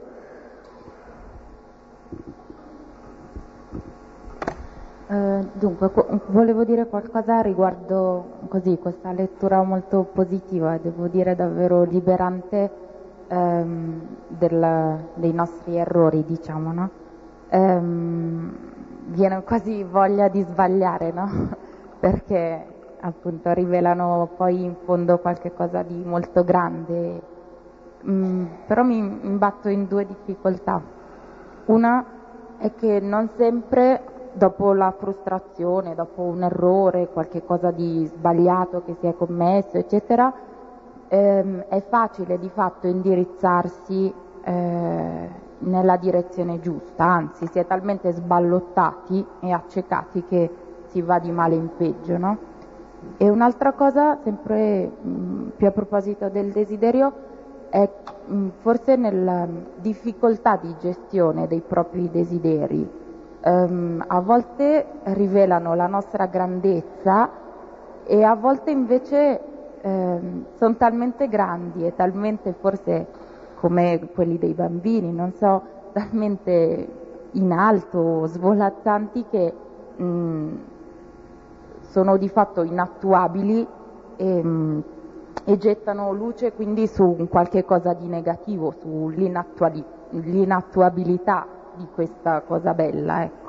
Eh, dunque, volevo dire qualcosa riguardo così, questa lettura molto positiva, devo dire davvero liberante ehm, del, dei nostri errori, diciamo, no? Ehm, viene quasi voglia di sbagliare, no? Perché appunto rivelano poi in fondo qualche cosa di molto grande. Mm, però mi imbatto in due difficoltà. Una è che non sempre dopo la frustrazione, dopo un errore, qualche cosa di sbagliato che si è commesso, eccetera, ehm, è facile di fatto indirizzarsi eh, nella direzione giusta, anzi si è talmente sballottati e accecati che si va di male in peggio, no? E un'altra cosa, sempre mh, più a proposito del desiderio, è mh, forse nella difficoltà di gestione dei propri desideri. Um, a volte rivelano la nostra grandezza e a volte invece um, sono talmente grandi e talmente forse come quelli dei bambini, non so, talmente in alto, svolazzanti che mh, sono di fatto inattuabili e, mh, e gettano luce quindi su un qualche cosa di negativo, sull'inattuabilità di questa cosa bella, ecco.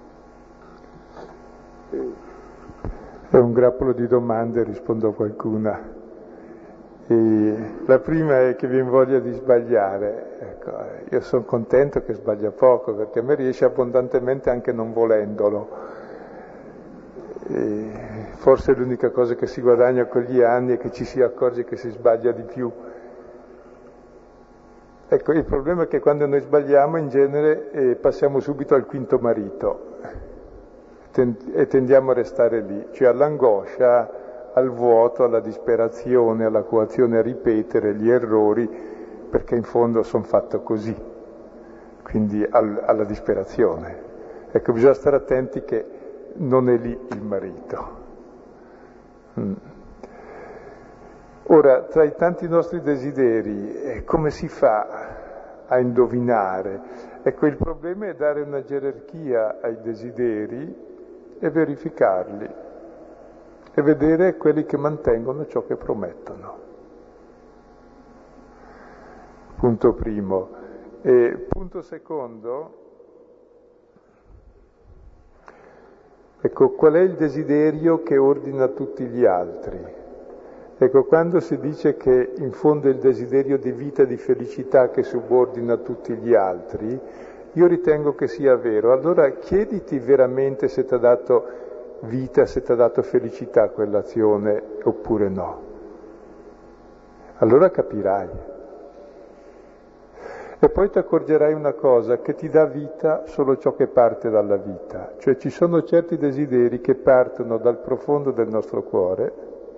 È un grappolo di domande, rispondo a qualcuna. E la prima è che viene voglia di sbagliare. Ecco, io sono contento che sbaglia poco, perché a me riesce abbondantemente anche non volendolo. E forse l'unica cosa che si guadagna con gli anni è che ci si accorge che si sbaglia di più. Ecco, il problema è che quando noi sbagliamo in genere eh, passiamo subito al quinto marito e tendiamo a restare lì, cioè all'angoscia, al vuoto, alla disperazione, alla coazione a ripetere gli errori, perché in fondo sono fatto così, quindi al, alla disperazione. Ecco, bisogna stare attenti che non è lì il marito. Mm. Ora, tra i tanti nostri desideri, eh, come si fa a indovinare? Ecco, il problema è dare una gerarchia ai desideri e verificarli e vedere quelli che mantengono ciò che promettono. Punto primo. E punto secondo, ecco, qual è il desiderio che ordina tutti gli altri? Ecco, quando si dice che in fondo è il desiderio di vita, di felicità che subordina tutti gli altri, io ritengo che sia vero. Allora chiediti veramente se ti ha dato vita, se ti ha dato felicità quell'azione oppure no. Allora capirai. E poi ti accorgerai una cosa, che ti dà vita solo ciò che parte dalla vita. Cioè ci sono certi desideri che partono dal profondo del nostro cuore,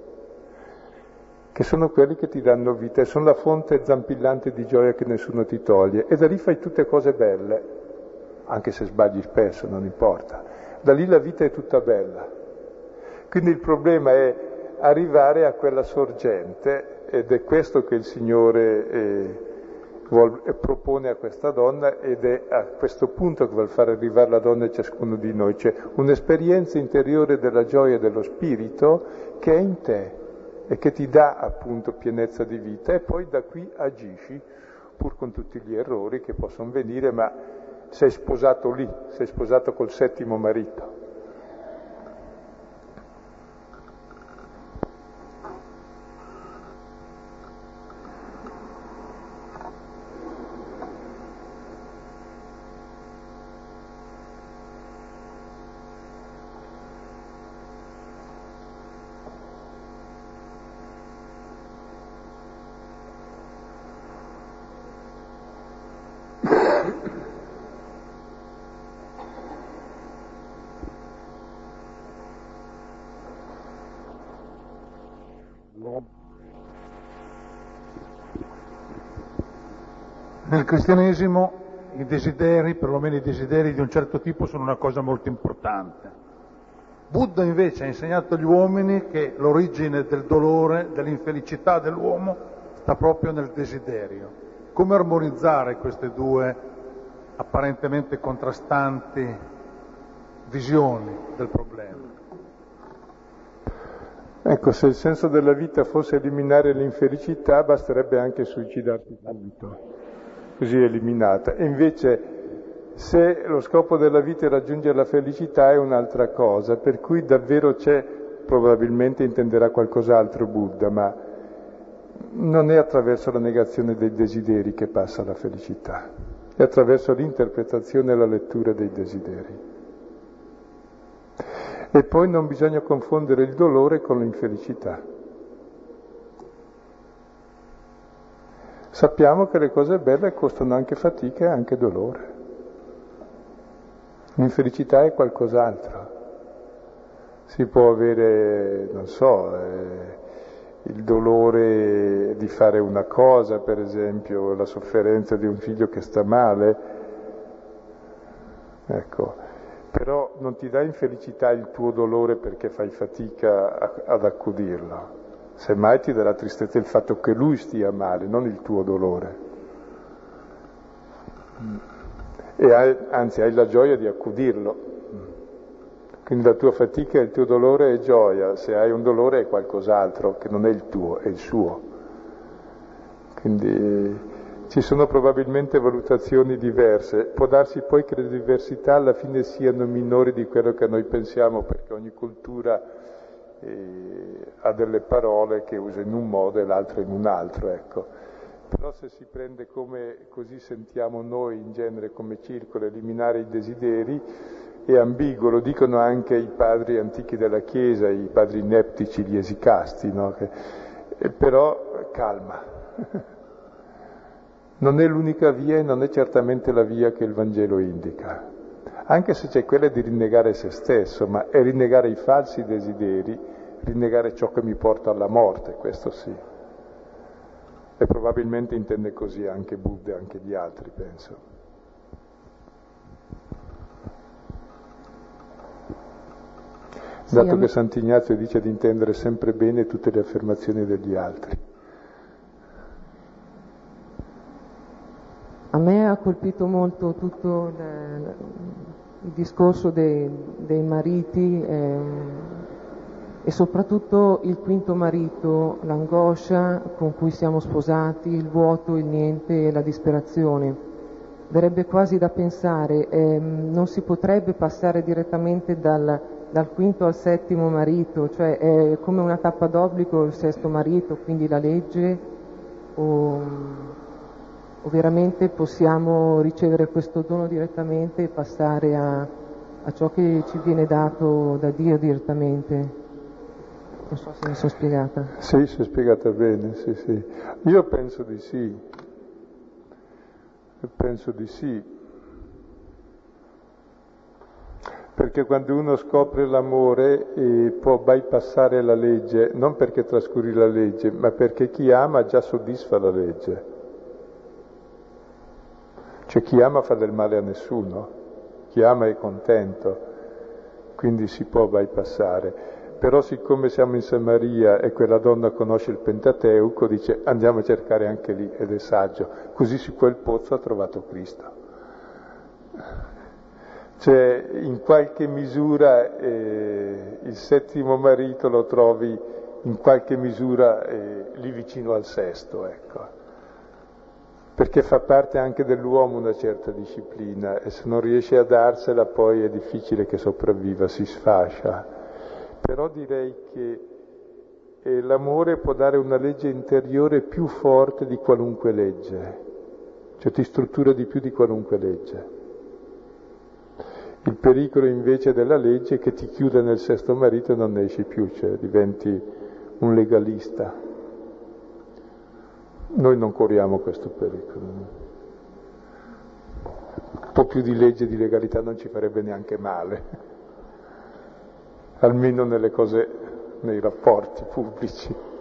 che sono quelli che ti danno vita e sono la fonte zampillante di gioia che nessuno ti toglie. E da lì fai tutte cose belle, anche se sbagli spesso, non importa. Da lì la vita è tutta bella. Quindi il problema è arrivare a quella sorgente, ed è questo che il Signore eh, vuol, eh, propone a questa donna, ed è a questo punto che vuol fare arrivare la donna a ciascuno di noi, cioè un'esperienza interiore della gioia dello Spirito che è in te, e che ti dà appunto pienezza di vita, e poi da qui agisci, pur con tutti gli errori che possono venire, ma sei sposato lì, sei sposato col settimo marito. Nel cristianesimo i desideri, perlomeno i desideri di un certo tipo, sono una cosa molto importante. Buddha invece ha insegnato agli uomini che l'origine del dolore, dell'infelicità dell'uomo sta proprio nel desiderio. Come armonizzare queste due apparentemente contrastanti visioni del problema? Ecco, se il senso della vita fosse eliminare l'infelicità, basterebbe anche suicidarsi subito, così eliminata. E invece, se lo scopo della vita è raggiungere la felicità, è un'altra cosa, per cui davvero c'è, probabilmente intenderà qualcos'altro Buddha, ma non è attraverso la negazione dei desideri che passa la felicità, è attraverso l'interpretazione e la lettura dei desideri. E poi non bisogna confondere il dolore con l'infelicità. Sappiamo che le cose belle costano anche fatica e anche dolore. L'infelicità è qualcos'altro. Si può avere, non so, eh, il dolore di fare una cosa, per esempio, la sofferenza di un figlio che sta male, ecco. Però non ti dà infelicità il tuo dolore perché fai fatica a, ad accudirlo. Semmai ti darà tristezza il fatto che lui stia male, non il tuo dolore. E hai, anzi hai la gioia di accudirlo. Quindi la tua fatica e il tuo dolore è gioia, se hai un dolore è qualcos'altro, che non è il tuo, è il suo. Quindi ci sono probabilmente valutazioni diverse, può darsi poi che le diversità alla fine siano minori di quello che noi pensiamo, perché ogni cultura eh, ha delle parole che usa in un modo e l'altra in un altro, ecco. Però se si prende come così sentiamo noi in genere come circolo, eliminare i desideri, è ambiguo, lo dicono anche i padri antichi della Chiesa, i padri neptici, gli esicasti, no? Che, eh, però calma. Non è l'unica via e non è certamente la via che il Vangelo indica, anche se c'è quella di rinnegare se stesso, ma è rinnegare i falsi desideri, rinnegare ciò che mi porta alla morte, questo sì. E probabilmente intende così anche Buddha e anche gli altri, penso. Dato sì, che Sant'Ignazio dice di intendere sempre bene tutte le affermazioni degli altri. A me ha colpito molto tutto il, il discorso dei, dei mariti eh, e soprattutto il quinto marito, l'angoscia con cui siamo sposati, il vuoto, il niente e la disperazione. Verrebbe quasi da pensare, eh, non si potrebbe passare direttamente dal, dal quinto al settimo marito, cioè è come una tappa d'obbligo il sesto marito, quindi la legge, o... o veramente possiamo ricevere questo dono direttamente e passare a, a ciò che ci viene dato da Dio direttamente? Non so se mi sono spiegata. Sì, si è spiegata bene, sì, sì. Io penso di sì, penso di sì, perché quando uno scopre l'amore eh, può bypassare la legge, non perché trascuri la legge, ma perché chi ama già soddisfa la legge. Cioè chi ama fa del male a nessuno, chi ama è contento, quindi si può bypassare. Però siccome siamo in Samaria e quella donna conosce il Pentateuco, dice andiamo a cercare anche lì, ed è saggio. Così su quel pozzo ha trovato Cristo. Cioè in qualche misura eh, il settimo marito lo trovi in qualche misura eh, lì vicino al sesto, ecco. Perché fa parte anche dell'uomo una certa disciplina e se non riesce a darsela poi è difficile che sopravviva, si sfascia. Però direi che eh, l'amore può dare una legge interiore più forte di qualunque legge, cioè ti struttura di più di qualunque legge. Il pericolo invece della legge è che ti chiuda nel sesto marito e non ne esci più, cioè diventi un legalista. Noi non corriamo questo pericolo. Un po' più di legge e di legalità non ci farebbe neanche male, almeno nelle cose, nei rapporti pubblici.